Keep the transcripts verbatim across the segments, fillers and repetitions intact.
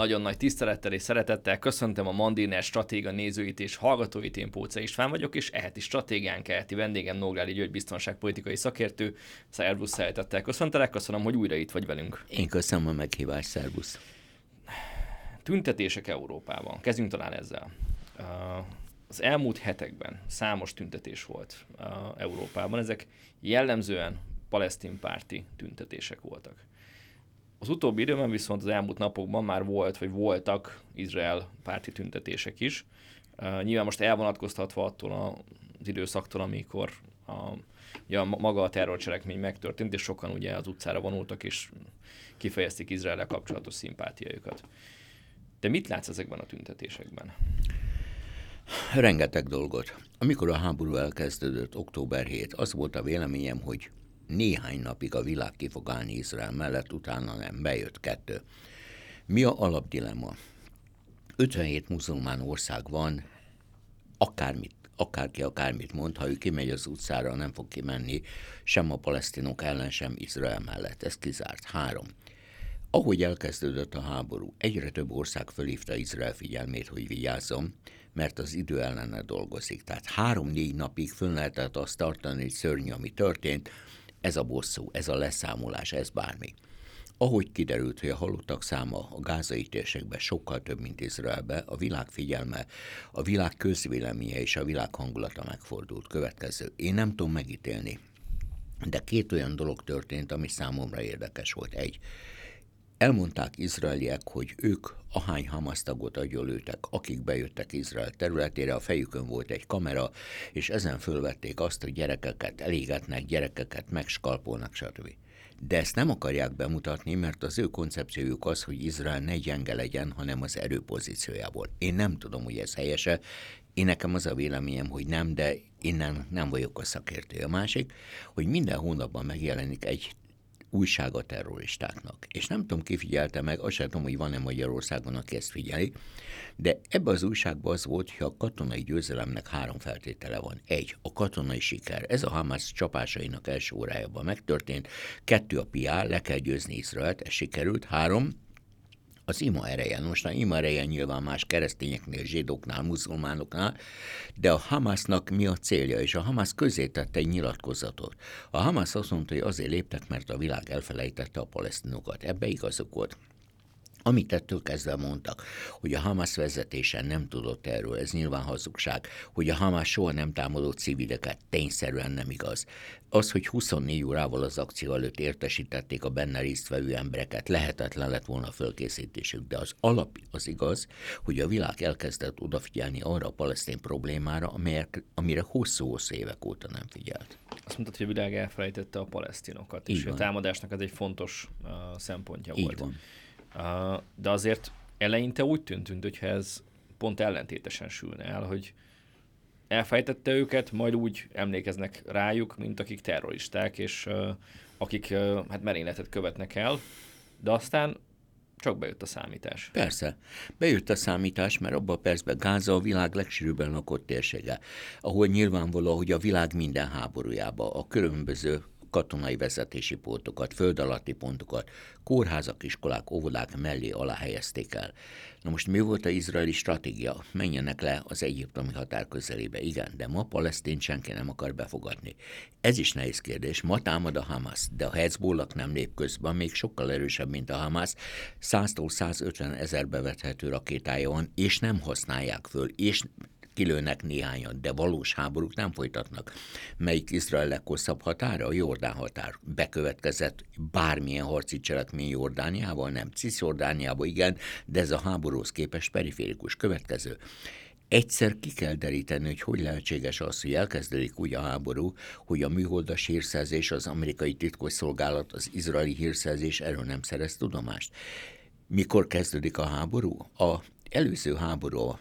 Nagyon nagy tisztelettel és szeretettel köszöntöm a Mandiner Stratéga nézőit és hallgatóit, én Póca István vagyok, és eheti stratégiánk, eheti vendégem Nógrádi György biztonságpolitikai szakértő. Szervusz, szeretettel köszöntelek, köszönöm, hogy újra itt vagy velünk. Én köszönöm a meghívást, szervusz. Tüntetések Európában. Kezdjünk talán ezzel. Az elmúlt hetekben számos tüntetés volt Európában. Ezek jellemzően palesztin párti tüntetések voltak. Az utóbbi időben viszont az elmúlt napokban már volt, vagy voltak Izrael párti tüntetések is. Uh, nyilván most elvonatkoztatva attól az időszaktól, amikor a, ugye a maga a terrorcselekmény megtörtént, és sokan ugye az utcára vonultak, és kifejezték Izraellel kapcsolatos szimpátiájukat. De mit látsz ezekben a tüntetésekben? Rengeteg dolgot. Amikor a háború elkezdődött október hetedikén, az volt a véleményem, hogy néhány napig a világ ki fog állni Izrael mellett, utána nem, bejött kettő. Mi a alapdilemma? ötvenhét muzulmán ország van, akármit, akárki akármit mond, ha ő kimegy az utcára, nem fog kimenni sem a palesztinok ellen, sem Izrael mellett. Ez kizárt. Három. Ahogy elkezdődött a háború, egyre több ország fölhívta Izrael figyelmét, hogy vigyázzon, mert az idő ellene dolgozik. Tehát három-négy napig fönn lehetett azt tartani, hogy szörnyű, ami történt, ez a bosszú, ez a leszámolás, ez bármi. Ahogy kiderült, hogy a halottak száma a gázai térségben sokkal több, mint Izraelben, a világ figyelme, a világ közvéleménye és a világ hangulata megfordult. Következő. Én nem tudom megítélni, de két olyan dolog történt, ami számomra érdekes volt. Egy. Elmondták izraeliek, hogy ők ahány Hamas tagot agyonlőttek, akik bejöttek Izrael területére, a fejükön volt egy kamera, és ezen fölvették azt, hogy gyerekeket elégetnek, gyerekeket megskalpolnak, stb. De ezt nem akarják bemutatni, mert az ő koncepciójuk az, hogy Izrael ne gyenge legyen, hanem az erőpozíciójából. Én nem tudom, hogy ez helyese. Én nekem az a véleményem, hogy nem, de innen nem vagyok a szakértő. A másik, hogy minden hónapban megjelenik egy újság a terroristáknak. És nem tudom, ki figyelte meg, azt sem tudom, hogy van-e Magyarországon, aki ezt figyeli, de ebben az újságban az volt, hogy a katonai győzelemnek három feltétele van. Egy, a katonai siker. Ez a Hamas csapásainak első órájában megtörtént. Kettő, a pé er, le kell győzni Izraelt, ez sikerült. Három, az ima ereje. Most az ima ereje nyilván más keresztényeknél, zsidóknál, muzulmánoknál, de a Hamasnak mi a célja? És a Hamas közé tette egy nyilatkozatot. A Hamas azt mondta, hogy azért léptek, mert a világ elfelejtette a palesztinokat. Ebbe igazuk volt. Amit ettől kezdve mondtak, hogy a Hamas vezetése nem tudott erről, ez nyilván hazugság, hogy a Hamas soha nem támadott civileket, tényszerűen nem igaz. Az, hogy huszonnégy órával az akció előtt értesítették a benne résztvevő embereket, lehetetlen lett volna a fölkészítésük, de az alap az igaz, hogy a világ elkezdett odafigyelni arra a palesztin problémára, amelyek, amire hosszú-hosszú évek óta nem figyelt. Azt mondtad, hogy a világ elfelejtette a palesztinokat, Így és van. a támadásnak ez egy fontos uh, szempontja Így volt. van. Uh, de azért eleinte úgy tűnt, hogyha ez pont ellentétesen sülne el, hogy elfejtette őket, majd úgy emlékeznek rájuk, mint akik terroristák, és uh, akik uh, hát merényletet követnek el, de aztán csak bejött a számítás. Persze, bejött a számítás, mert abban a percben Gáza a világ legsűrűbben lakott térsége, ahol nyilvánvaló, hogy a világ minden háborújában a különböző katonai vezetési pontokat, föld alatti pontokat, kórházak, iskolák, óvodák mellé alá helyezték el. Na most mi volt az izraeli stratégia? Menjenek le az egyiptomi határ közelébe. Igen, de ma Palesztint senki nem akar befogadni. Ez is nehéz kérdés. Ma támad a Hamas, de a Hezbollah nem lép közben, még sokkal erősebb, mint a Hamas. száztól százötven ezer bevethető rakétája van, és nem használják föl, és kilőnek néhányan, de valós háborúk nem folytatnak. Melyik Izrael leghosszabb határa? A Jordán határ. Bekövetkezett bármilyen harci cselekmény Jordániával? Nem. Cisjordániában igen, de ez a háborúhoz képest periférikus. Következő. Egyszer ki kell deríteni, hogy hogy lehetséges az, hogy elkezdődik úgy a háború, hogy a műholdas hírszerzés, az amerikai titkosszolgálat, az izraeli hírszerzés erről nem szerez tudomást. Mikor kezdődik a háború? A előző háború,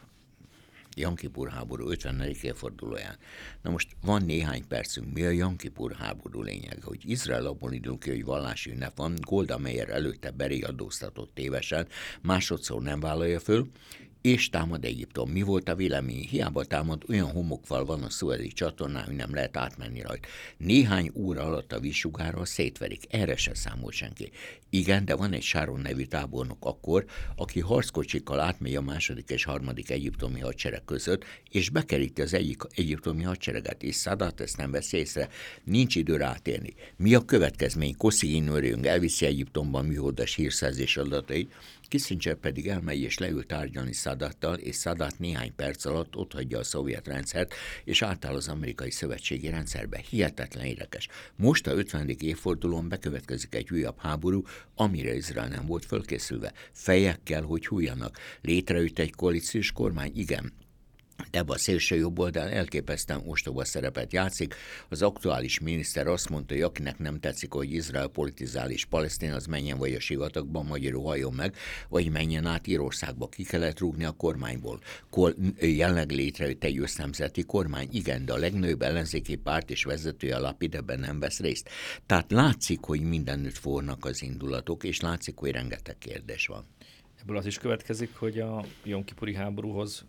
Jom Kipur háború ötvenedik évfordulóján. Na most van néhány percünk. Mi a Jom Kipur háború lényeg? Hogy Izrael abból indul ki, hogy vallási ünnep van, Golda Meir előtte beréadóztatott tévesen, másodszor nem vállalja föl, és támad Egyiptom. Mi volt a vélemény? Hiába támad, olyan homokfal van a Szuezi csatornán, hogy nem lehet átmenni rajta. Néhány óra alatt a vízsugárral szétverik. Erre se számol senki. Igen, de van egy Sharon nevű tábornok akkor, aki harckocsikkal átmegy a második és harmadik egyiptomi hadsereg között, és bekeríti az egyik egyiptomi hadsereget, és Szadat ezt nem veszi észre. Nincs idő rátérni. Mi a következmény? Koszigin őrjünk, elviszi Egyiptomban műholdas hírszerzés adatait, Kissinger pedig elmegy és leül tárgyalni Szadattal, és Szadat néhány perc alatt otthagyja a szovjet rendszert, és átáll az amerikai szövetségi rendszerbe. Hihetetlen érdekes. Most a ötvenedik évfordulón bekövetkezik egy újabb háború, amire Izrael nem volt fölkészülve. Fejekkel, hogy hújjanak. Létrejött egy koalíciós kormány? Igen. De a szélső jobboldal elképesztően ostoba szerepet játszik. Az aktuális miniszter azt mondta, hogy akinek nem tetszik, hogy Izrael politizál és Palesztin, az menjen vagy a sivatagban, magyarul halljon meg, vagy menjen át Írországba. Ki kellett rúgni a kormányból. Kor, jelenleg létrejött egy össznemzeti kormány, igen, de a legnagyobb ellenzéki párt és vezetője, a Lapid, ebben nem vesz részt. Tehát látszik, hogy mindenütt fornak az indulatok, és látszik, hogy rengeteg kérdés van. Ebből az is következik, hogy a Jom Kipuri háborúhoz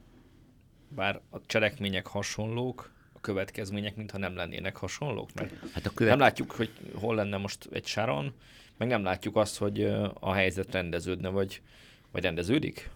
bár a cselekmények hasonlók, a következmények mintha nem lennének hasonlók, mert hát a követ... nem látjuk, hogy hol lenne most egy Sharon, meg nem látjuk azt, hogy a helyzet rendeződne, vagy, vagy rendeződik.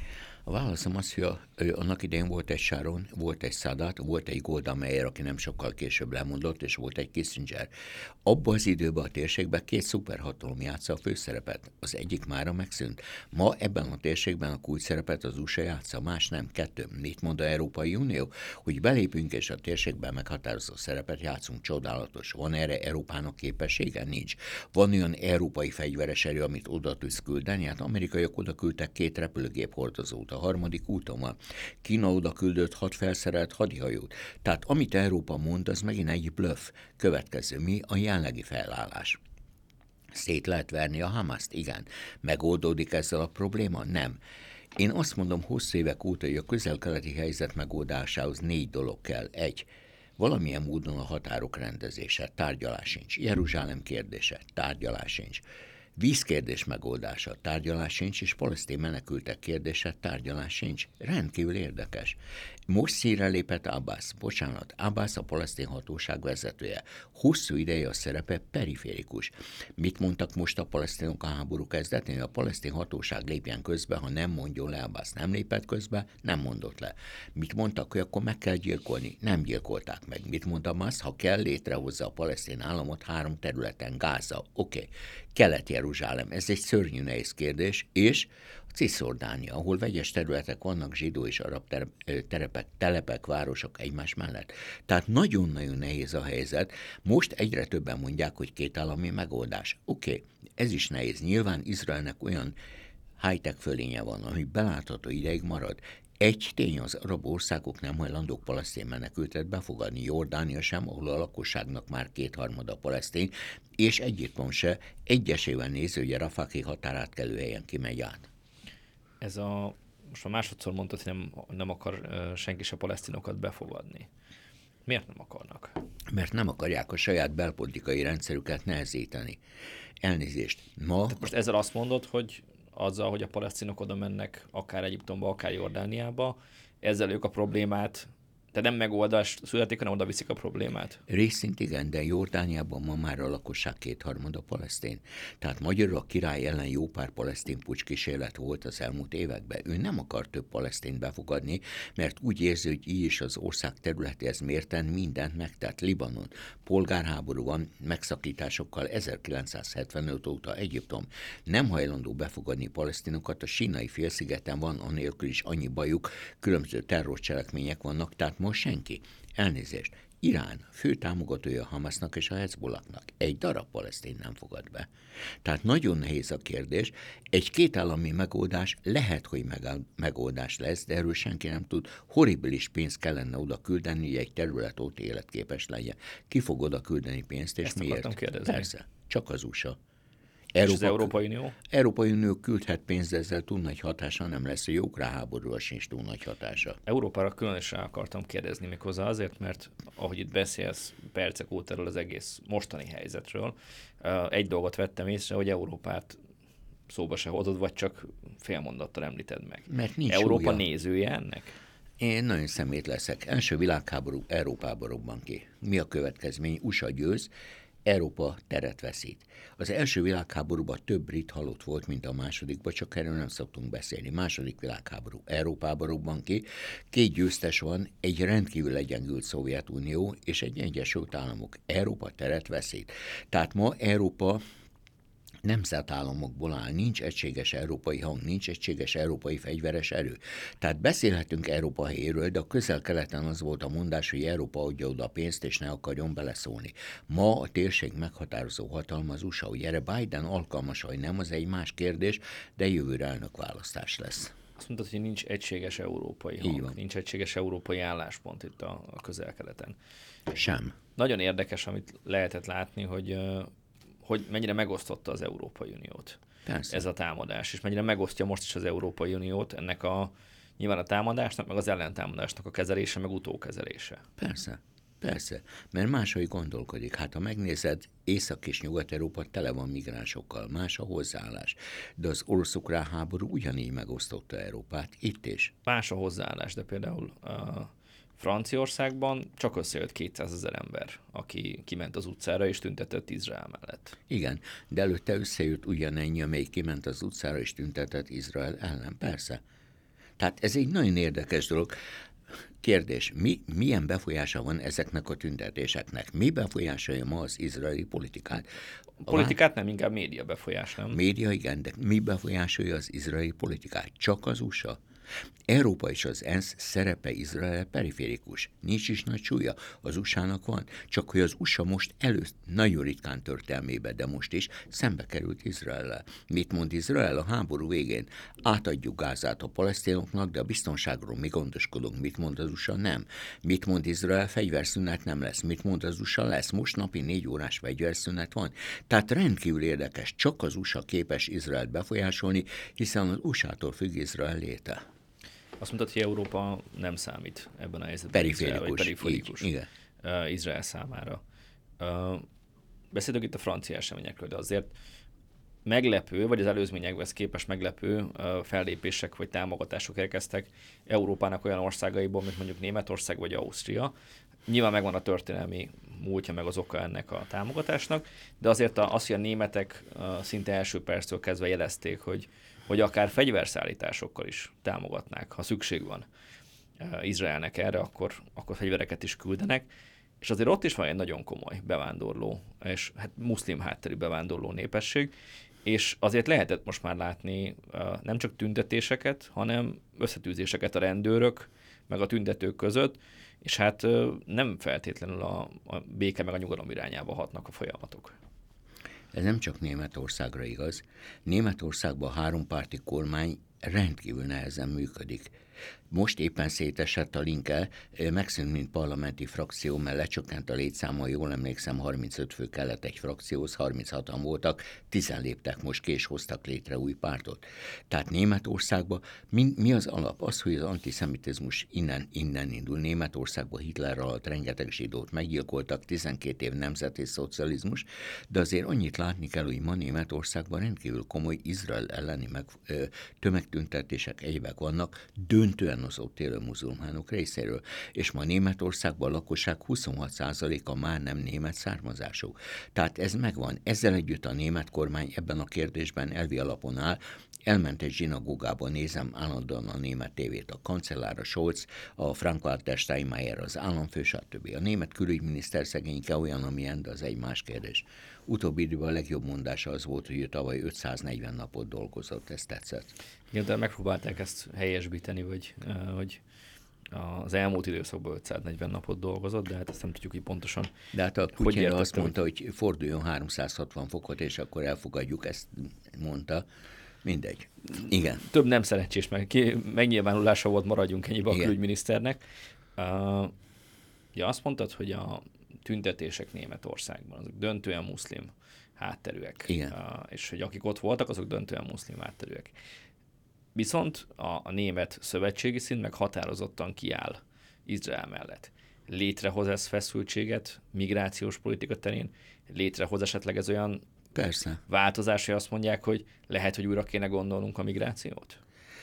A válaszom az, hogy a, annak idején volt egy Sharon, volt egy Szadat, volt egy Golda Meir, aki nem sokkal később lemondott, és volt egy Kissinger. Abban az időben a térségben két szuperhatalom játsza a főszerepet. Az egyik mára megszűnt. Ma ebben a térségben a kulcsszerepet az u es á játsza, más nem, kettő. Mit mond az Európai Unió? Hogy belépünk és a térségben meghatározó szerepet játszunk, csodálatos. Van erre Európának képessége? Nincs. Van olyan európai fegyveres erő, amit oda tudsz küldeni? Hát amerikaiak oda küldtek két repülőgép hordozót. A harmadik úton van. Kína oda küldött hat felszerelt hadihajót. Tehát amit Európa mond, az megint egy bluff. Következő, mi a jelenlegi felállás? Szét lehet verni a Hamaszt? Igen. Megoldódik ezzel a probléma? Nem. Én azt mondom hosszú évek óta, hogy a közel-keleti helyzet megoldásához négy dolog kell. Egy. Valamilyen módon a határok rendezése, tárgyalás sincs. Jeruzsálem kérdése, tárgyalás sincs. Vízkérdés megoldása, tárgyalás sincs, és palesztin menekültek kérdése, tárgyalás sincs. Rendkívül érdekes. Most színre lépett Abbas, bocsánat, Abbas a palesztin hatóság vezetője. Hosszú ideje a szerepe periférikus. Mit mondtak most a palesztinok a háború kezdetén? A palesztin hatóság lépjen közbe, ha nem mondjon le, Abbas nem lépett közbe, nem mondott le. Mit mondtak, hogy akkor meg kell gyilkolni? Nem gyilkolták meg. Mit mondta Abbas? Ha kell, létrehozza a palesztin államot három területen, Gáza, oké. Okay. Kelet-Jeruzsálem, ez egy szörnyű nehéz kérdés, és Cisjordánia, ahol vegyes területek vannak, zsidó és arab terepek, telepek, városok egymás mellett. Tehát nagyon-nagyon nehéz a helyzet. Most egyre többen mondják, hogy két állami megoldás. Oké, okay, ez is nehéz. Nyilván Izraelnek olyan high-tech fölénye van, ami belátható ideig marad. Egy tény, az arab országok nem hajlandók palesztin menekültet befogadni, Jordánia sem, ahol a lakosságnak már kétharmada palesztin, és Egyiptom se, egyesével néző, hogy a Rafaki határátkelő helyen kimegy át. Ez a, most már másodszor mondtad, hogy nem, nem akar uh, senki se palesztinokat befogadni. Miért nem akarnak? Mert nem akarják a saját belpolitikai rendszerüket nehezíteni. Elnézést. Ma... Tehát most ezzel azt mondod, hogy azzal, hogy a palesztinok oda mennek akár Egyiptomba, akár Jordániába, ezzel ők a problémát, tehát nem megoldás születik, hanem oda viszik a problémát. Részint igen, de Jordániában ma már a lakosság kétharmada palesztin. Tehát magyarul a király ellen jó pár palesztin puccs kísérlet volt az elmúlt években. Ő nem akar több palesztint befogadni, mert úgy érzi, hogy így is az ország területéhez mérten mindent megtett. Libanon, polgárháború van, megszakításokkal ezerkilencszázhetvenöt óta Egyiptom. Nem hajlandó befogadni palesztinokat, a Sínai félszigeten van, anélkül is annyi bajuk, különböző terrorcselekmények vannak, tehát most senki. Elnézést. Irán fő támogatója a Hamasnak és a Hezbollahnak. Egy darab palesztin nem fogad be. Tehát nagyon nehéz a kérdés. Egy kétállami megoldás lehet, hogy megoldás lesz, de erről senki nem tud. Horribilis pénzt kellene oda küldeni, hogy egy terület ott életképes legyen. Ki fog oda küldeni pénzt, és Ezt miért? Persze, csak az u es á. Európa, és az Európai Unió? Európai Unió küldhet pénzt, de ezzel túl nagy hatása nem lesz, hogy ukrán háborúra sincs túl nagy hatása. Európára különösen akartam kérdezni méghozzá azért, mert ahogy itt beszélsz percek óta az egész mostani helyzetről, egy dolgot vettem észre, hogy Európát szóba se hozod, vagy csak félmondattal említed meg. Mert nincs Európa súlya. nézője ennek? Én nagyon szemét leszek. Első világháború Európába robban ki. Mi a következmény? u es á győz, Európa teret veszít. Az első világháborúban több brit halott volt, mint a másodikban, csak erről nem szoktunk beszélni. Második világháború Európába robban ki. Két győztes van, egy rendkívül legyengült Szovjetunió és egy Egyesült Államok. Európa teret veszít. Tehát ma Európa nemzetállamokból áll, nincs egységes európai hang, nincs egységes európai fegyveres erő. Tehát beszélhetünk Európa helyéről, de a Közel-Keleten az volt a mondás, hogy Európa adja oda a pénzt, és ne akarjon beleszólni. Ma a térség meghatározó hatalma az u es á, hogy erre Biden alkalmas vagy nem, az egy más kérdés, de jövőre elnökválasztás lesz. Azt mondtad, hogy nincs egységes európai hang, nincs egységes európai álláspont itt a, a Közel-Keleten. Sem. Nagyon érdekes, amit lehetett látni, hogy hogy mennyire megosztotta az Európai Uniót. Persze. Ez a támadás, és mennyire megosztja most is az Európai Uniót ennek a nyilván a támadásnak, meg az ellentámadásnak a kezelése, meg utókezelése. Persze, persze, mert máshogy gondolkodik. Hát ha megnézed, Észak- és Nyugat-Európa tele van migránsokkal, más a hozzáállás. De az orosz-ukrán háború ugyanígy megosztotta Európát, itt is. Más a hozzáállás, de például a Franciaországban csak összejött kétszázezer ember, aki kiment az utcára és tüntetett Izrael mellett. Igen, de előtte összejött ugyanennyi, amelyik kiment az utcára és tüntetett Izrael ellen, persze. Tehát ez egy nagyon érdekes dolog. Kérdés, mi, milyen befolyása van ezeknek a tüntetéseknek? Mi befolyásolja ma az izraeli politikát? A politikát nem, inkább média befolyás, nem? Média, igen, de mi befolyásolja az izraeli politikát? Csak az u es á? Európa és az ENSZ szerepe Izrael periférikus. Nincs is nagy súlya. Az u es á-nak van. Csak hogy az u es á most előtt, nagyon ritkán történelmébe, de most is szembe került Izraellel. Mit mond Izrael a háború végén? Átadjuk Gázát a palesztinoknak, de a biztonságról mi gondoskodunk. Mit mond az u es á? Nem. Mit mond Izrael? Fegyverszünet nem lesz. Mit mond az u es á? Lesz. Most napi négy órás fegyverszünet van. Tehát rendkívül érdekes. Csak az u es á képes Izraelt befolyásolni, hiszen az u es á-tól függ Izrael léte. Azt mondtad, hogy Európa nem számít ebben a helyzetben. Periférikus. Izrael, periférikus így, igen. Uh, Izrael számára. Uh, beszéltünk itt a francia eseményekről, de azért meglepő, vagy az előzményekhez képest meglepő uh, fellépések vagy támogatások érkeztek Európának olyan országaiból, mint mondjuk Németország vagy Ausztria. Nyilván megvan a történelmi múltja, meg az oka ennek a támogatásnak, de azért az, hogy a németek uh, szinte első perctől kezdve jelezték, hogy hogy akár fegyverszállításokkal is támogatnák, ha szükség van Izraelnek erre, akkor, akkor fegyvereket is küldenek, és azért ott is van egy nagyon komoly bevándorló, és hát muszlim hátterű bevándorló népesség, és azért lehetett most már látni nem csak tüntetéseket, hanem összetűzéseket a rendőrök, meg a tüntetők között, és hát nem feltétlenül a, a béke meg a nyugalom irányába hatnak a folyamatok. Ez nem csak Németországra igaz. Németországban a hárompárti kormány rendkívül nehezen működik. Most éppen szétesett a Linke, megszűnt, mint parlamenti frakció, mert lecsökkent a létszáma, jól emlékszem, harmincöt fő kellett egy frakcióhoz, harminchatan voltak, tizen léptek most ki, és hoztak létre új pártot. Tehát Németországban mi, mi az alap? Az, hogy az antiszemitizmus innen, innen indul. Németországban Hitler alatt rengeteg zsidót meggyilkoltak, tizenkét év nemzeti szocializmus, de azért annyit látni kell, hogy ma Németországban rendkívül komoly Izrael elleni meg, ö, tömegtüntetések, egyebek vannak, döntően az ott élő muzulmánok részéről, és ma Németországban a lakosság huszonhat százaléka már nem német származású. Tehát ez megvan. Ezzel együtt a német kormány ebben a kérdésben elvi alapon áll. Elment egy zsinagógába, nézem állandóan a német tévét, a kancellár, a Scholz, a Frank-Walter Steinmeier, az államfő, stb. A német külügyminiszter szegényke olyan, amilyen, de az egy más kérdés. Utóbbi időben a legjobb mondása az volt, hogy ő tavaly ötszáznegyven napot dolgozott, ez tetszett. Igen, de megpróbálták ezt helyesbíteni, vagy hogy az elmúlt időszakban ötszáznegyven napot dolgozott, de hát ezt nem tudjuk így pontosan. De hát a Putyinra azt mondta, hogy forduljon háromszázhatvan fokot, és akkor elfogadjuk, ezt mondta. Mindegy. Igen. Több nem szerencsés meg, megnyilvánulása volt, maradjunk ennyibe a külügyminiszternek. Uh, ja, azt mondtad, hogy a tüntetések Németországban, azok döntően muszlim hátterűek. Igen. Uh, és hogy akik ott voltak, azok döntően muszlim hátterűek. Viszont a, a német szövetségi szint meg határozottan kiáll Izrael mellett. Létrehoz ez feszültséget migrációs politika terén, létrehoz esetleg ez olyan Persze. változásai azt mondják, hogy lehet, hogy újra kéne gondolnunk a migrációt?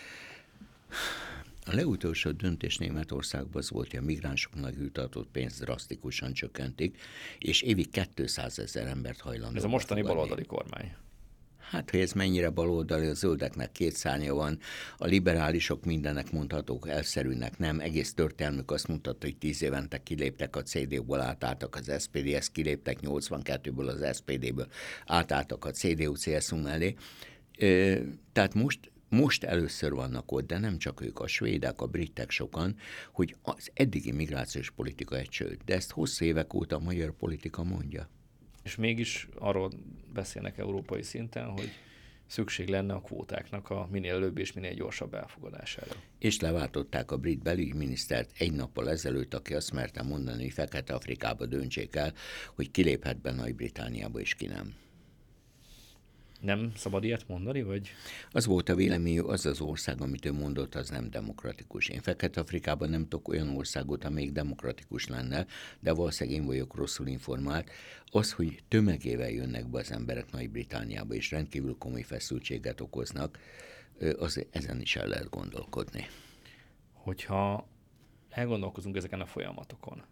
A legutolsó döntés Németországban az volt, hogy a migránsoknak jutatott pénzt drasztikusan csökkentik, és évi kétszázezer embert hajlandó. Ez a mostani baloldali kormány. Hát, hogy ez mennyire baloldali, a zöldeknek két szárnya van, a liberálisok mindennek mondhatók elszerűnek, nem, egész történelmük azt mutatta, hogy tíz évente kiléptek a cé dé u-ból, átálltak az es pé dé-hez, kiléptek nyolcvankettőből az es pé dé-ből, átálltak a cé dé u cé es u mellé. Ö, tehát most Most először vannak ott, de nem csak ők, a svédek, a britek sokan, hogy az eddigi migrációs politika egy csőd. De ezt hosszú évek óta a magyar politika mondja. És mégis arról beszélnek európai szinten, hogy szükség lenne a kvótáknak a minél előbb és minél gyorsabb elfogadására. És leváltották a brit belügyminisztert egy nappal ezelőtt, aki azt merte mondani, hogy Fekete-Afrikába döntsék el, hogy kiléphet be Nagy-Britanniába, és ki nem. Nem szabad ilyet mondani, vagy? Az volt a vélemény, az az ország, amit ő mondott, az nem demokratikus. Én Fekete-Afrikában nem tudok olyan országot, amelyik demokratikus lenne, de valószínűleg én vagyok rosszul informált. Az, hogy tömegével jönnek be az emberek Nagy-Britanniába, és rendkívül komoly feszültséget okoznak, az ezen is el lehet gondolkodni. Hogyha elgondolkozunk ezeken a folyamatokon,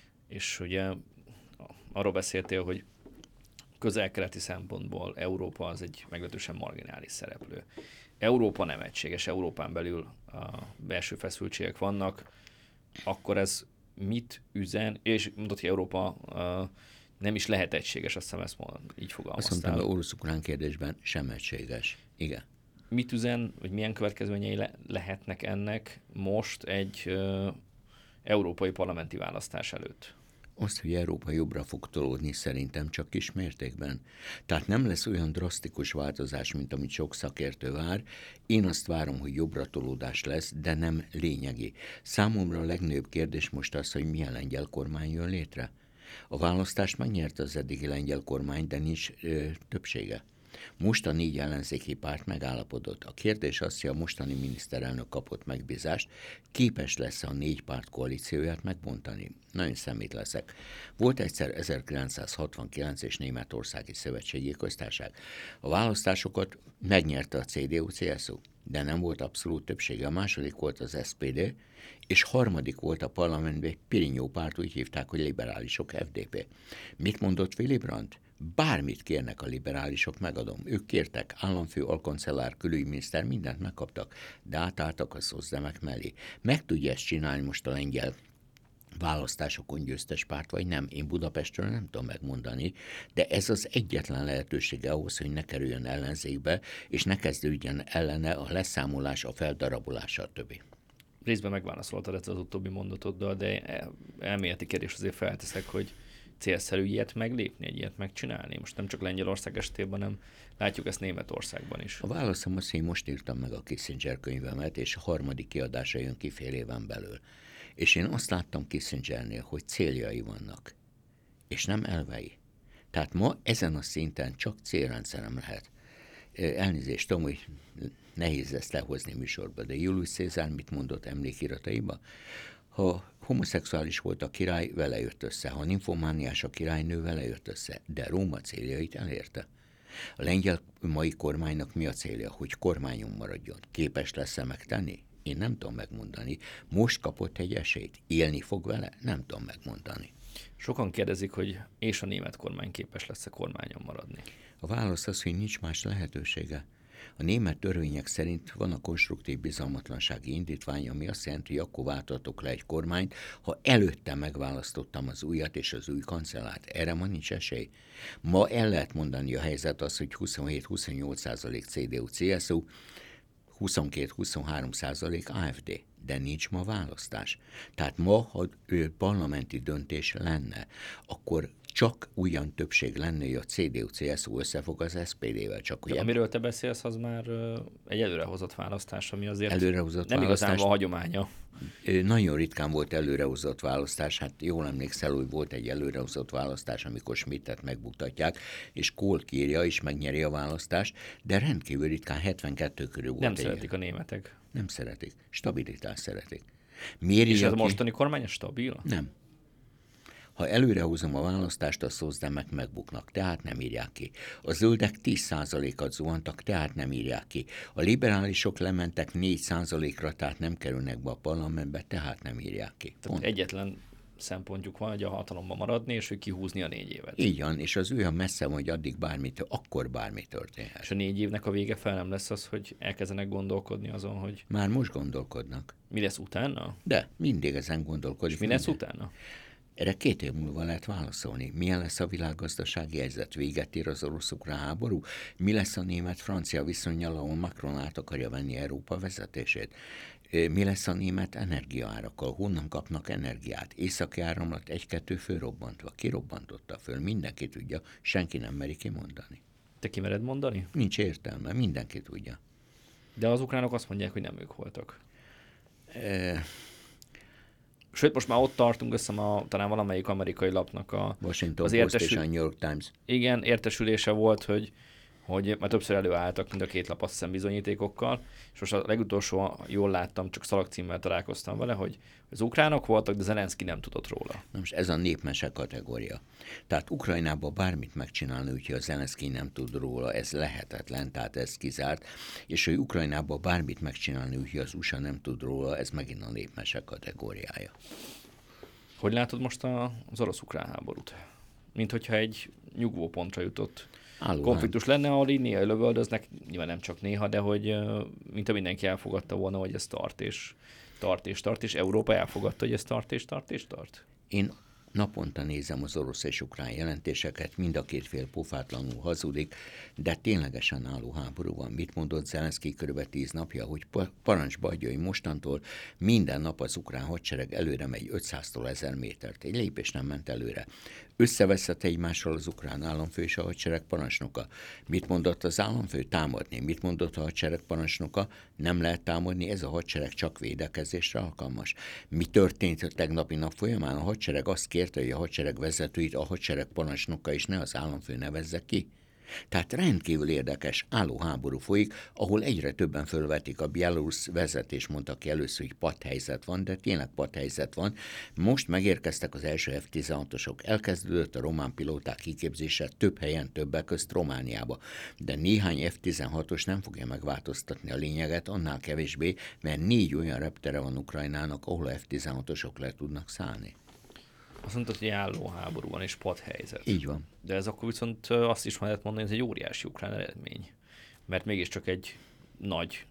és ugye arról beszéltél, hogy közel-keleti szempontból Európa az egy meglehetősen marginális szereplő. Európa nem egységes, Európán belül a belső feszültségek vannak, akkor ez mit üzen, és mondod, hogy Európa uh, nem is lehet egységes, azt hiszem ezt mondom, így fogalmaztál. Azt mondtam, a orosz-ukrán kérdésben sem egységes. Igen. Mit üzen, vagy milyen következményei le- lehetnek ennek most egy uh, európai parlamenti választás előtt? Azt, hogy Európa jobbra fog tolódni, szerintem csak kis mértékben. Tehát nem lesz olyan drasztikus változás, mint amit sok szakértő vár. Én azt várom, hogy jobbra tolódás lesz, de nem lényegi. Számomra a legnagyobb kérdés most az, hogy milyen lengyel kormány jön létre. A választást megnyerte az eddigi lengyel kormány, de nincs ö, többsége. Most a négy ellenzéki párt megállapodott. A kérdés az, hogy a mostani miniszterelnök kapott megbízást, képes lesz a négy párt koalícióját megbontani. Nagyon szemét leszek. Volt egyszer ezerkilencszázhatvankilenc és Németországi Szövetségi Köztársaság. A választásokat megnyerte a cé dé u cé es u, de nem volt abszolút többsége. A második volt az es pé dé, és harmadik volt a parlamentben egy Pirinyó párt, úgy hívták, hogy liberálisok ef dé pé. Mit mondott Willy Brandt? Bármit kérnek a liberálisok, megadom. Ők kértek, államfő, alkancellár, külügyminiszter, mindent megkaptak, de átálltak a szozdemek mellé. Meg tudja ezt csinálni most a lengyel választásokon győztes párt, vagy nem? Én Budapestről nem tudom megmondani, de ez az egyetlen lehetősége ahhoz, hogy ne kerüljön ellenzékbe, és ne kezdődjön ellene a leszámolás, a feldarabolás, stb. Részben megválaszoltad ezt az utóbbi mondatoddal, de elméleti kérdés azért felteszek, hogy célszerű ilyet meglépni, egy ilyet megcsinálni? Most nem csak Lengyelország esetében, hanem látjuk ezt Németországban is. A válaszom az, hogy én most írtam meg a Kissinger könyvemet, és a harmadik kiadása jön ki fél éven belül. És én azt láttam Kissingernél, hogy céljai vannak, és nem elvei. Tehát ma ezen a szinten csak célrendszerem lehet. Elnézést, tudom, hogy nehéz ezt lehozni műsorba, de Julius Cézár mit mondott emlékirataiba? Ha homoszexuális volt a király, vele jött össze. Ha nymfomániás a királynő, vele jött össze. De Róma céljait elérte. A lengyel mai kormánynak mi a célja? Hogy kormányon maradjon. Képes lesz-e megtenni? Én nem tudom megmondani. Most kapott egy esélyt. Élni fog vele? Nem tudom megmondani. Sokan kérdezik, hogy és a német kormány képes lesz-e kormányon maradni? A válasz az, hogy nincs más lehetősége. A német törvények szerint van a konstruktív bizalmatlansági indítvány, ami azt jelenti, hogy akkor váltatok le egy kormányt, ha előtte megválasztottam az újat és az új kancellárt. Erre ma nincs esély. Ma el lehet mondani a helyzet az, hogy huszonhét-huszonnyolc százalék cé dé u cé es u, huszonkettő-huszonhárom százalék á ef dé, de nincs ma választás. Tehát ma, ha parlamenti döntés lenne, akkor csak olyan többség lenne, hogy a cé dé u cé es u összefog az es pé dé-vel. Csak, de amiről te beszélsz, az már egy előrehozott választás, ami azért előrehozott nem választás, igazán van hagyománya. Nagyon ritkán volt előrehozott választás, hát jól emlékszel, hogy volt egy előrehozott választás, amikor Schmidtet megbuktatják, és Kohl kírja és megnyeri a választást, de rendkívül ritkán hetvenkettő körül volt. Nem szeretik a németek. Nem szeretik. Stabilitást szeretik. Miért és ez a mostani kormány stabil? Nem. Ha előrehozom a választást, a szozdemek megbuknak, tehát nem írják ki. A zöldek tíz százalékat zuhantak, tehát nem írják ki. A liberálisok lementek négy százalékra, tehát nem kerülnek be a parlamentbe, tehát nem írják ki. Tehát egyetlen szempontjuk van, hogy a hatalomban maradni, és hogy kihúzni a négy évet. Így van, és az olyan messze van, hogy addig bármit, akkor bármi történhet. És a négy évnek a vége fel nem lesz az, hogy elkezdenek gondolkodni azon, hogy... Már most gondolkodnak. Mi lesz utána? De mindig ezen gondolkodik. És mi lesz utána? Erre két év múlva lehet válaszolni. Milyen lesz a világgazdasági helyzet? Véget ér az orosz-ukrán háború? Mi lesz a német-francia viszonnyal, ahol Macron át akarja venni Európa vezetését? Mi lesz a német energiaárakkal? Honnan kapnak energiát? Északi áramlat egy-kettő fölrobbantva. Ki robbantotta föl? Mindenki tudja, senki nem meri kimondani. Te ki mered mondani? Nincs értelme, mindenki tudja. De az ukránok azt mondják, hogy nem ők voltak. E... Sőt, most már ott tartunk, össze a, talán valamelyik amerikai lapnak a... Washington az Post értesül... és a New York Times. Igen, értesülése volt, hogy, hogy már többször előálltak mind a két lap, azt hiszem, bizonyítékokkal, és most a legutolsó, jól láttam, csak szalagcímmel találkoztam vele, hogy az ukránok voltak, de Zelenszky nem tudott róla. Na most ez a népmese kategória. Tehát Ukrajnában bármit megcsinálni, úgyhogy a Zelenszky nem tud róla, ez lehetetlen, tehát ez kizárt, és hogy Ukrajnában bármit megcsinálni, úgyhogy az u es á nem tud róla, ez megint a népmese kategóriája. Hogy látod most a, az orosz-ukrán háborút? Mint hogyha egy nyugvópontra jutott Álló, konfliktus lenne, ahol így néha lövöldöznek, nyilván nem csak néha, de hogy mint a mindenki elfogadta volna, hogy ez tart és tart és tart, és Európa elfogadta, hogy ez tart és tart és tart. Én naponta nézem az orosz és ukrán jelentéseket, mind a két fél pofátlanul hazudik, de ténylegesen álló háború van. Mit mondott Zelenszky körülbelül tíz napja, hogy parancsba adja, hogy mostantól minden nap az ukrán hadsereg előre megy ötszáztól ezer métert. Egy lépés nem ment előre. Összeveszett egymással az ukrán államfő és a hadsereg parancsnoka. Mit mondott az államfő? Támadni. Mit mondott a hadsereg parancsnoka? Nem lehet támadni, ez a hadsereg csak védekezésre alkalmas. Mi történt a tegnapi nap folyamán? A hadsereg azt kérte, hogy a hadsereg vezetőit a hadsereg parancsnoka és ne az államfő nevezze ki. Tehát rendkívül érdekes álló háború folyik, ahol egyre többen fölvetik. A bielorusz vezetés mondta ki először, hogy patthelyzet van, de tényleg patthelyzet van. Most megérkeztek az első ef tizenhatosok. Elkezdődött a román pilóták kiképzése több helyen, többek közt Romániába. De néhány ef tizenhatos nem fogja megváltoztatni a lényeget, annál kevésbé, mert négy olyan reptere van Ukrajnának, ahol ef tizenhatosok le tudnak szállni. Azt mondtad, hogy álló háború van és padhelyzet. Így van. De ez akkor viszont azt is lehet mondani, hogy ez egy óriási ukrán eredmény. Mert mégiscsak egy nagy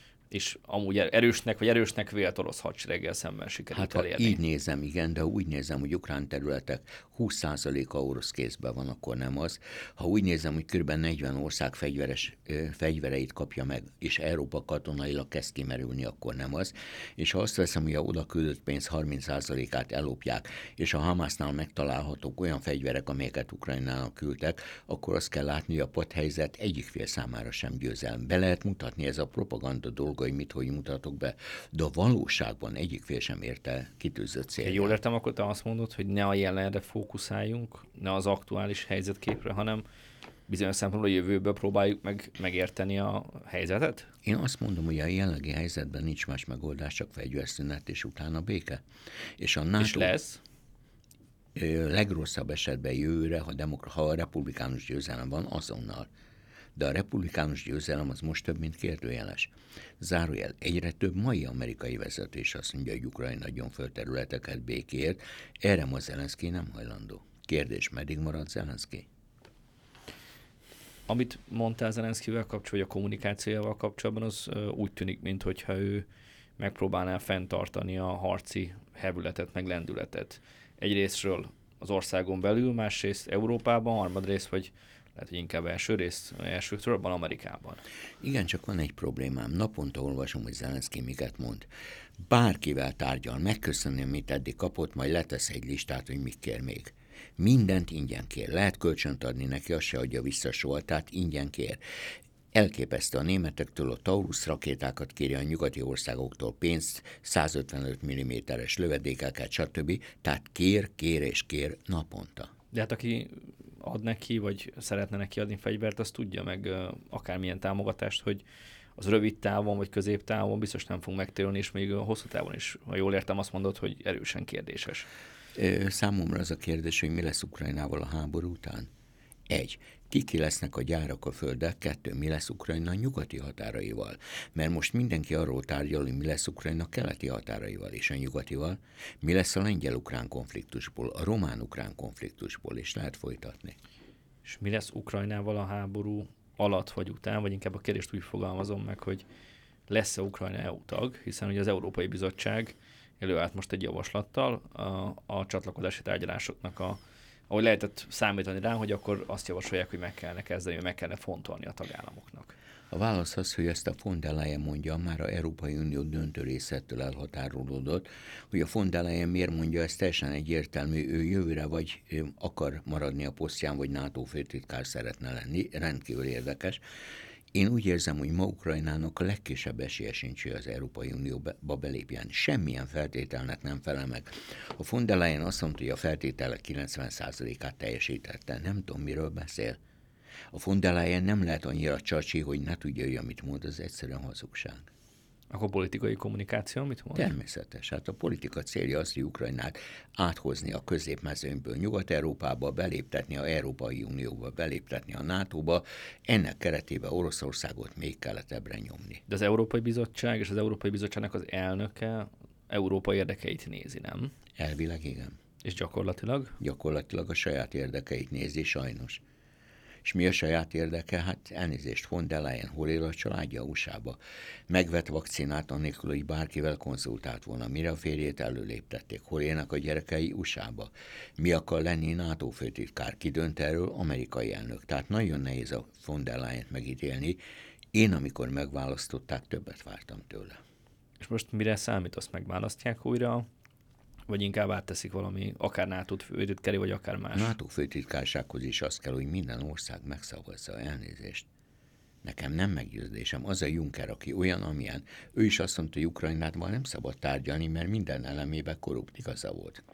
és amúgy erősnek vagy erősnek vélt orosz hadsereggel szemben sikerült hát, elérni. Ha így nézem, igen, de úgy nézem, hogy ukrán területek húsz százaléka orosz kézben van, akkor nem az. Ha úgy nézem, hogy kb. negyven ország fegyveres, ö, fegyvereit kapja meg, és Európa katonailag kezd kimerülni, akkor nem az. És ha azt veszem, hogy a oda küldött pénz harminc százalékát ellopják, és a Hamasnál megtalálhatók olyan fegyverek, amelyeket Ukrajnának küldtek, akkor azt kell látni, hogy a padhelyzet egyik fél számára sem győzelem. Be lehet mutatni, ez a propaganda dolga, hogy mit, hogy mutatok be, de a valóságban egyik fél sem érte kitűzött célját. Jól értem, akkor te azt mondod, hogy ne a jelenre fókuszáljunk, ne az aktuális helyzetképre, hanem bizonyos szempontból a jövőből próbáljuk meg megérteni a helyzetet? Én azt mondom, hogy a jelenlegi helyzetben nincs más megoldás, csak fegyverszünet és utána béke. És a NATO... És lesz? Legrosszabb esetben jövőre, ha, demokra- ha a republikánus győzelem van, azonnal. De a republikánus győzelem az most több, mint kérdőjeles. Zárójel, egyre több mai amerikai vezetés azt mondja, hogy Ukrajna adjon föl területeket békéért, erre ma Zelenszky nem hajlandó. Kérdés, meddig marad Zelenszky? Amit mondtál Zelenszkyvel kapcsolatban, vagy a kommunikációjával kapcsolatban, az úgy tűnik, mintha ő megpróbálná fenntartani a harci hevületet, meg lendületet. Egyrésztről az országon belül, másrészt Európában, harmadrészt, vagy lehet, hogy inkább első részt, első sorban Amerikában. Igen, csak van egy problémám. Naponta olvasom, hogy Zelenszky miket mond. Bárkivel tárgyal, megköszönni, amit eddig kapott, majd letesz egy listát, hogy mit kér még. Mindent ingyen kér. Lehet kölcsönt adni neki, azt se adja vissza soha, tehát ingyen kér. Elképesztő, a németektől a Taurus rakétákat kéri, a nyugati országoktól pénzt, százötvenöt milliméteres lövedékeket, stb. Tehát kér, kér és kér naponta. De hát aki ad neki, vagy szeretne neki adni fegyvert, az tudja meg akármilyen támogatást, hogy az rövid távon, vagy középtávon biztos nem fog megtérülni, és még a hosszú távon is, ha jól értem, azt mondod, hogy erősen kérdéses. Számomra az a kérdés, hogy mi lesz Ukrajnával a háború után. Egy, kiki lesznek a gyárak a földek, kettő, mi lesz Ukrajna nyugati határaival. Mert most mindenki arról tárgyal, hogy mi lesz Ukrajna keleti határaival és a nyugatival, mi lesz a lengyel-ukrán konfliktusból, a román-ukrán konfliktusból, és lehet folytatni. És mi lesz Ukrajnával a háború alatt vagy után, vagy inkább a kérdést úgy fogalmazom meg, hogy lesz-e Ukrajna é u tag, hiszen ugye az Európai Bizottság előállt most egy javaslattal a, a csatlakozási tárgyalásoknak, a, ahogy lehetett számítani rá, hogy akkor azt javasolják, hogy meg kellene kezdeni, meg kellene fontolni a tagállamoknak. A válasz az, hogy ezt a von der Leyen mondja, már a Európai Unió döntő részettől elhatárolódott, hogy a von der Leyen miért mondja, ez teljesen egyértelmű, ő jövőre vagy akar maradni a posztján, vagy NATO főtitkár szeretne lenni, rendkívül érdekes. Én úgy érzem, hogy ma Ukrajnának a legkisebb esélye sincs, hogy az Európai Unióba belépjen. Semmilyen feltételnek nem felel meg. A von der Leyen azt mondta, hogy a feltételek kilencven százalékát teljesítette. Nem tudom, miről beszél. A von der Leyen nem lehet annyira csacsi, hogy ne tudja, hogy amit mond, az egyszerűen hazugság. Akkor politikai kommunikáció mit mond? Természetes. Hát a politika célja az, hogy Ukrajnát áthozni a középmezőnyből Nyugat-Európába, beléptetni a Európai Unióba, beléptetni a nátóba. Ennek keretében Oroszországot még keletebbre nyomni. De az Európai Bizottság és az Európai Bizottságnak az elnöke Európa érdekeit nézi, nem? Elvileg igen. És gyakorlatilag? Gyakorlatilag a saját érdekeit nézi, sajnos. És mi a saját érdeke? Hát elnézést, von der Leyen, hol él a családja u es á-ba? Megvett vakcinát annélkül, hogy bárkivel konzultált volna. Mire a férjét előléptették? Hol élnek a gyerekei u es á-ba? Mi akar lenni NATO főtitkár? Ki dönt erről? Amerikai elnök. Tehát nagyon nehéz a von der Leyent megítélni. Én, amikor megválasztották, többet vártam tőle. És most mire számít, azt megválasztják újra? Vagy inkább átteszik valami, akár NATO főtitkári, vagy akár más? NATO főtitkársághoz is az kell, hogy minden ország megszavazza, elnézést. Nekem nem meggyőződésem. Az a Juncker, aki olyan, amilyen. Ő is azt mondta, hogy Ukrajnával nem szabad tárgyalni, mert minden elemében korrupt, igaza volt.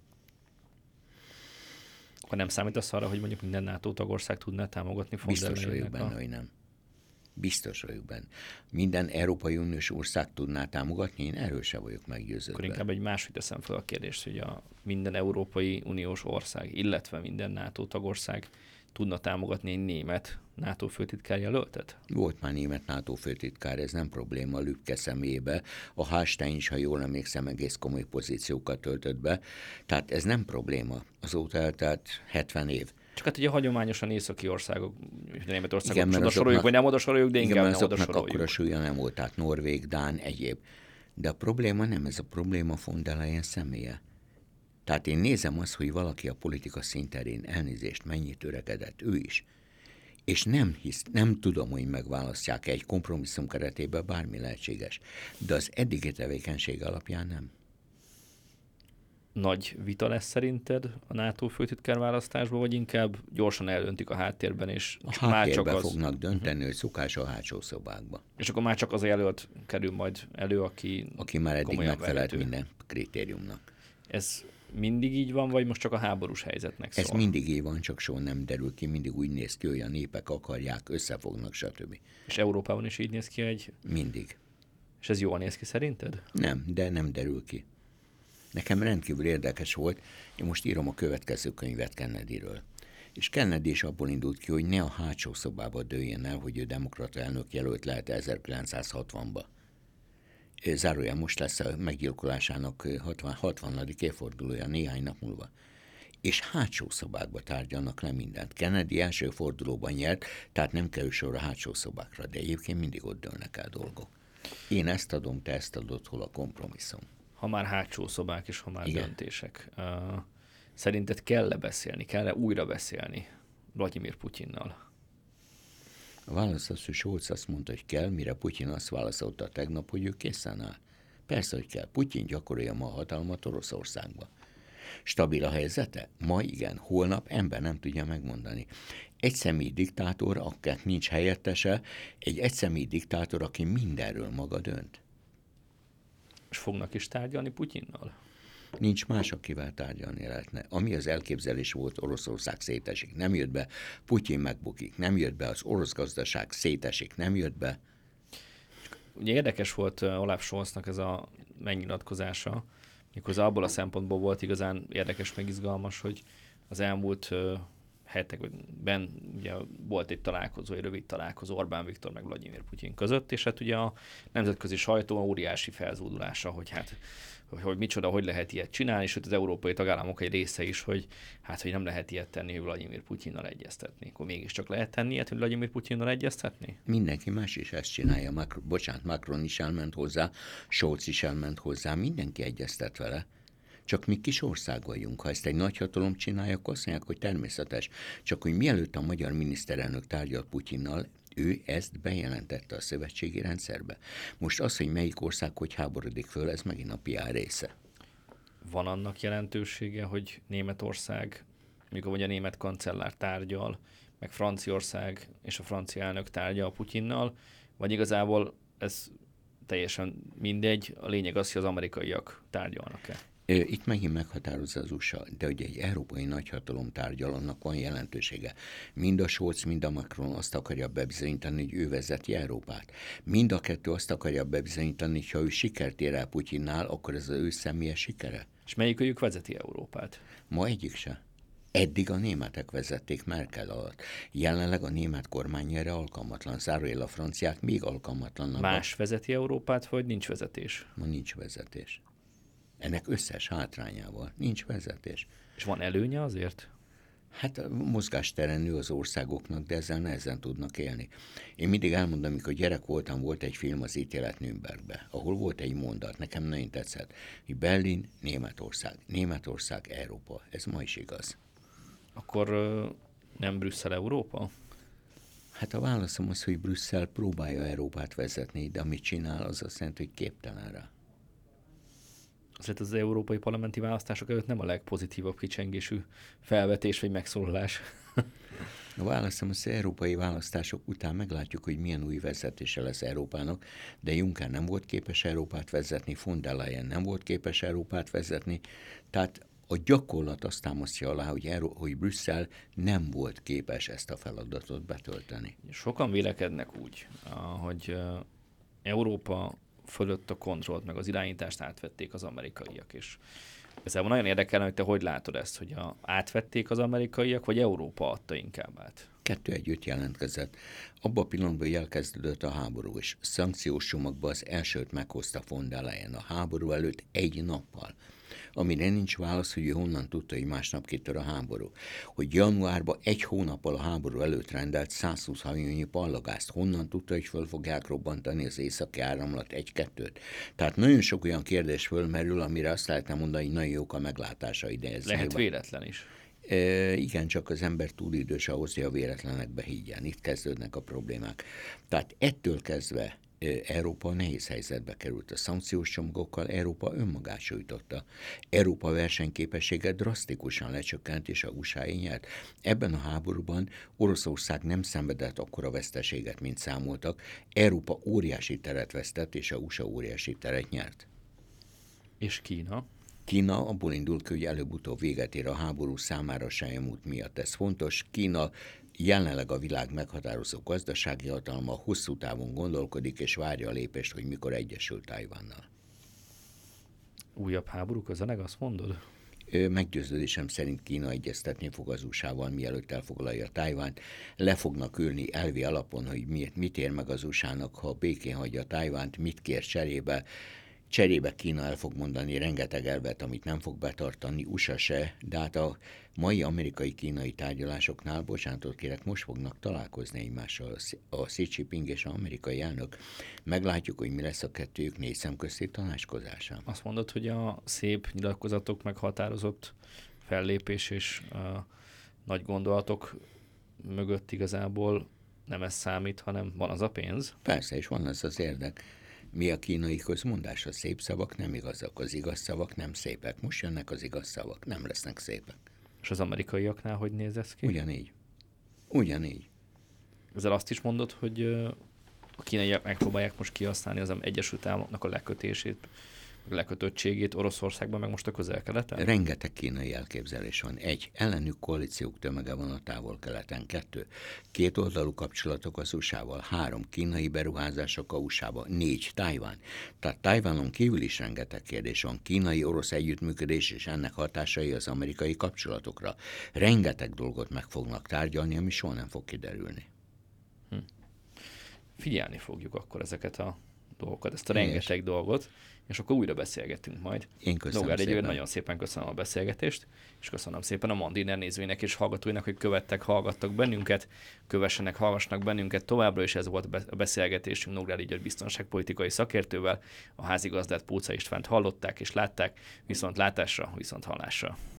Akkor nem számítasz arra, hogy mondjuk minden NATO tagország tudná támogatni von der Biztos vagyok benne, a... hogy nem. Biztos vagyok benne. Minden Európai Uniós ország tudná támogatni, én erről sem vagyok meggyőződve. Akkor inkább egy máshogy teszem fel a kérdést, hogy a minden Európai Uniós ország, illetve minden NATO tagország tudna támogatni egy német NATO főtitkár jelöltet? Volt már német NATO főtitkár, ez nem probléma, Lübke személyébe. A Hallstein is, ha jól emlékszem, egész komoly pozíciókat töltött be. Tehát ez nem probléma. Azóta eltelt hetven év. Csak hát ugye hagyományosan északi országok, Németországot oda soroljuk, vagy nem oda soroljuk, de igen, inkább nem oda soroljuk. Akkora súlya nem volt, tehát Norvég, Dán, egyéb. De a probléma nem ez a probléma, von der Leyen személye. Tehát én nézem azt, hogy valaki a politika szinterén elnézést mennyit öregedett, ő is. És nem hisz, nem tudom, hogy megválasztják egy kompromisszum keretében, bármi lehetséges. De az eddigi tevékenység alapján nem. Nagy vita lesz szerinted a NATO főtitkár választásban, vagy inkább gyorsan eldöntik a háttérben, és a csak már csak az... fognak dönteni, uh-huh. hogy szokás a hátsó szobákba. És akkor már csak az a jelölt kerül majd elő, aki Aki már eddig megfelelt minden kritériumnak. Ez mindig így van, vagy most csak a háborús helyzetnek szól? Ez mindig így van, csak soha nem derül ki, mindig úgy néz ki, hogy a népek akarják, összefognak, stb. És Európában is így néz ki egy... Mindig. És ez jól néz ki szerinted? Nem, de nem derül ki. Nekem rendkívül érdekes volt, én most írom a következő könyvet Kennedyről. És Kennedy is abból indult ki, hogy ne a hátsó szobába dőljen el, hogy ő demokrata elnök jelölt lehet ezerkilencszázhatvanba. Zárójel most lesz a meggyilkolásának hatvanadik évfordulója néhány nap múlva. És hátsó szobákba tárgyalnak le mindent. Kennedy első fordulóban nyert, tehát nem kerül sor a hátsó szobákra, de egyébként mindig ott dőlnek el dolgok. Én ezt adom, te ezt adod, hol a kompromisszum. Ha már hátsó szobák és ha már igen. döntések. Uh, szerinted kell-e beszélni, kell-e újra beszélni Vladimir Putyinnal? A válasz az, hogy Scholz azt mondta, hogy kell, mire Putyin azt válaszolta tegnap, hogy ő készen áll. Persze, hogy kell. Putyin gyakorolja ma a hatalmat Oroszországba. Stabil a helyzete? Ma igen, holnap ember nem tudja megmondani. Egy személyi diktátor, akinek nincs helyettese, egy egyszemélyi diktátor, aki mindenről maga dönt. És fognak is tárgyalni Putyinnal? Nincs más, akivel tárgyalni lehetne. Ami az elképzelés volt, Oroszország szétesik, nem jött be, Putyin megbukik, nem jött be, az orosz gazdaság szétesik, nem jött be. Ugye érdekes volt Olaf Scholznak ez a megnyilatkozása, Méghozzá abból a szempontból volt igazán érdekes, meg izgalmas, hogy az elmúlt uh, hetekben ugye volt egy találkozó, egy rövid találkozó Orbán Viktor meg Vladimir Putyin között, és hát ugye a nemzetközi sajtó óriási felzúdulása, hogy hát hogy, hogy micsoda, hogy lehet ilyet csinálni, és az európai tagállamok egy része is, hogy hát, hogy nem lehet ilyet tenni, hogy Vladimir Putyinnal egyeztetni. Akkor mégiscsak lehet tenni ilyet, hogy Vladimir Putyinnal egyeztetni? Mindenki más is ezt csinálja. Macron, bocsánat, Macron is elment hozzá, Scholz is elment hozzá, mindenki egyeztet vele. Csak mi kis ország vagyunk. Ha ezt egy nagyhatalom csinálja, akkor azt mondják, hogy természetes. Csak hogy mielőtt a magyar miniszterelnök tárgyalt Putyinnal, ő ezt bejelentette a szövetségi rendszerbe. Most az, hogy melyik ország hogy háborodik föl, ez megint a pé er része. Van annak jelentősége, hogy Németország, mikor vagy a német kancellár tárgyal, meg Franciaország és a francia elnök tárgyal Putyinnal, vagy igazából ez teljesen mindegy, a lényeg az, hogy az amerikaiak tárgyalnak-e? Itt megint meghatározza az u es á, de hogy egy európai nagyhatalom tárgyal, annak van jelentősége. Mind a Scholz, mind a Macron azt akarja bebizonyítani, hogy ő vezeti Európát. Mind a kettő azt akarja bebizonyítani, hogy ha ő sikert ér el Putyinnál, akkor ez az ő személyes sikere. És melyikőjük vezeti Európát? Ma egyik se. Eddig a németek vezették Merkel alatt. Jelenleg a német kormány erre alkalmatlan. Zárójel a franciák még alkalmatlannak. Más vezeti Európát, vagy nincs vezetés? Ma nincs vezetés. Ennek összes hátrányával nincs vezetés. És van előnye azért? Hát a mozgásteren nő az országoknak, de ezzel nehezen tudnak élni. Én mindig elmondom, amikor gyerek voltam, volt egy film, az Ítélet Nürnbergbe, ahol volt egy mondat, nekem nagyon tetszett, hogy Berlin, Németország, Németország, Európa. Ez ma is igaz. Akkor nem Brüsszel Európa? Hát a válaszom az, hogy Brüsszel próbálja Európát vezetni, de amit csinál, az azt jelenti, hogy képtelen rá. Azért az európai parlamenti választások előtt nem a legpozitívabb kicsengésű felvetés vagy megszólalás. A válaszom az európai választások után meglátjuk, hogy milyen új vezetése lesz Európának, de Juncker nem volt képes Európát vezetni, von der Leyen nem volt képes Európát vezetni, tehát a gyakorlat azt támasztja alá, hogy, Euró- hogy Brüsszel nem volt képes ezt a feladatot betölteni. Sokan vélekednek úgy, hogy Európa fölött a kontrollt, meg az irányítást átvették az amerikaiak, és ezzel nagyon érdekelne, hogy te hogy látod ezt, hogy a, átvették az amerikaiak, vagy Európa adta inkább át? Kettő együtt jelentkezett. Abban a pillanatban, hogy elkezdődött a háború, és szankciós csomagban az elsőt meghozta von der Leyen a háború előtt egy nappal. Amire nincs válasz, hogy ő honnan tudta, hogy másnap kitör a háború. Hogy januárban egy hónappal a háború előtt rendelt száz húsz hajónyi pallagázt. Honnan tudta, hogy föl fogják robbantani az északi áramlat egy-kettőt. Tehát nagyon sok olyan kérdés fölmerül, amire azt lehetne mondani, hogy nagyon jók a meglátásai. De ez Lehet nyilván... véletlen is. E, igen, csak az ember túl idős ahhoz, hogy a véletlenekbe higgyen. Itt kezdődnek a problémák. Tehát ettől kezdve Európa nehéz helyzetbe került a szankciós csomagokkal, Európa önmagát sújtotta. Európa versenyképessége drasztikusan lecsökkent, és a u es á nyert. Ebben a háborúban Oroszország nem szenvedett akkora veszteséget, mint számoltak. Európa óriási teret vesztett, és a u es á óriási teret nyert. És Kína? Kína abból indul ki, hogy előbb-utóbb véget ér a háború, számára Selyemút miatt. Ez fontos. Kína jelenleg a világ meghatározó gazdasági hatalma, hosszú távon gondolkodik, és várja a lépést, hogy mikor egyesül Tajvannal. Újabb háború közeleg, azt mondod? Meggyőződésem szerint Kína egyeztetni fog az u es á-val, mielőtt elfoglalja Tajvánt. Le fognak ülni elvi alapon, hogy mit, mit ér meg az u es á-nak, ha békén hagyja Tajvánt, mit kér cserébe. Cserébe Kína el fog mondani rengeteg elvet, amit nem fog betartani, u es á se, de hát a mai amerikai-kínai tárgyalásoknál, bocsánatot kérek, most fognak találkozni egymással a Xi Jinping és az amerikai elnök. Meglátjuk, hogy mi lesz a kettőjük négy szemközti tanácskozása. Azt mondod, hogy a szép nyilatkozatok, meghatározott fellépés és uh, nagy gondolatok mögött igazából nem ez számít, hanem van az a pénz? Persze, és van az az érdek. Mi a kínai közmondás? A szép szavak nem igazak, az igaz szavak nem szépek. Most jönnek az igaz szavak, nem lesznek szépek. És az amerikaiaknál hogy néz ez ki? Ugyanígy. Ugyanígy. Ezzel azt is mondod, hogy a kínaiak megpróbálják most kihasználni az Egyesült Államoknak a lekötését, lekötöttségét Oroszországban, meg most a Közel-Keleten? Rengeteg kínai elképzelés van. Egy, ellenük koalíciók tömege van a Távol-Keleten. Kettő, kétoldalú kapcsolatok az u es á-val. Három, kínai beruházások a u es á-ba. Négy, Tajván. Tehát Tajvánon kívül is rengeteg kérdés van. Kínai-orosz együttműködés és ennek hatásai az amerikai kapcsolatokra. Rengeteg dolgot meg fognak tárgyalni, ami soha nem fog kiderülni. Hm. Figyelni fogjuk akkor ezeket a dolgokat, ezt a rengeteg és dolgot, és akkor újra beszélgetünk majd. Én köszönöm Nógrádi szépen. György, nagyon szépen köszönöm a beszélgetést, és köszönöm szépen a Mandiner nézőinek és hallgatóinak, hogy követtek, hallgattak bennünket, kövessenek, hallgassanak bennünket továbbra, és ez volt a beszélgetésünk Nógrádi György biztonságpolitikai szakértővel. A házigazdát, Póca Istvánt hallották és látták, viszont látásra, viszont hallásra.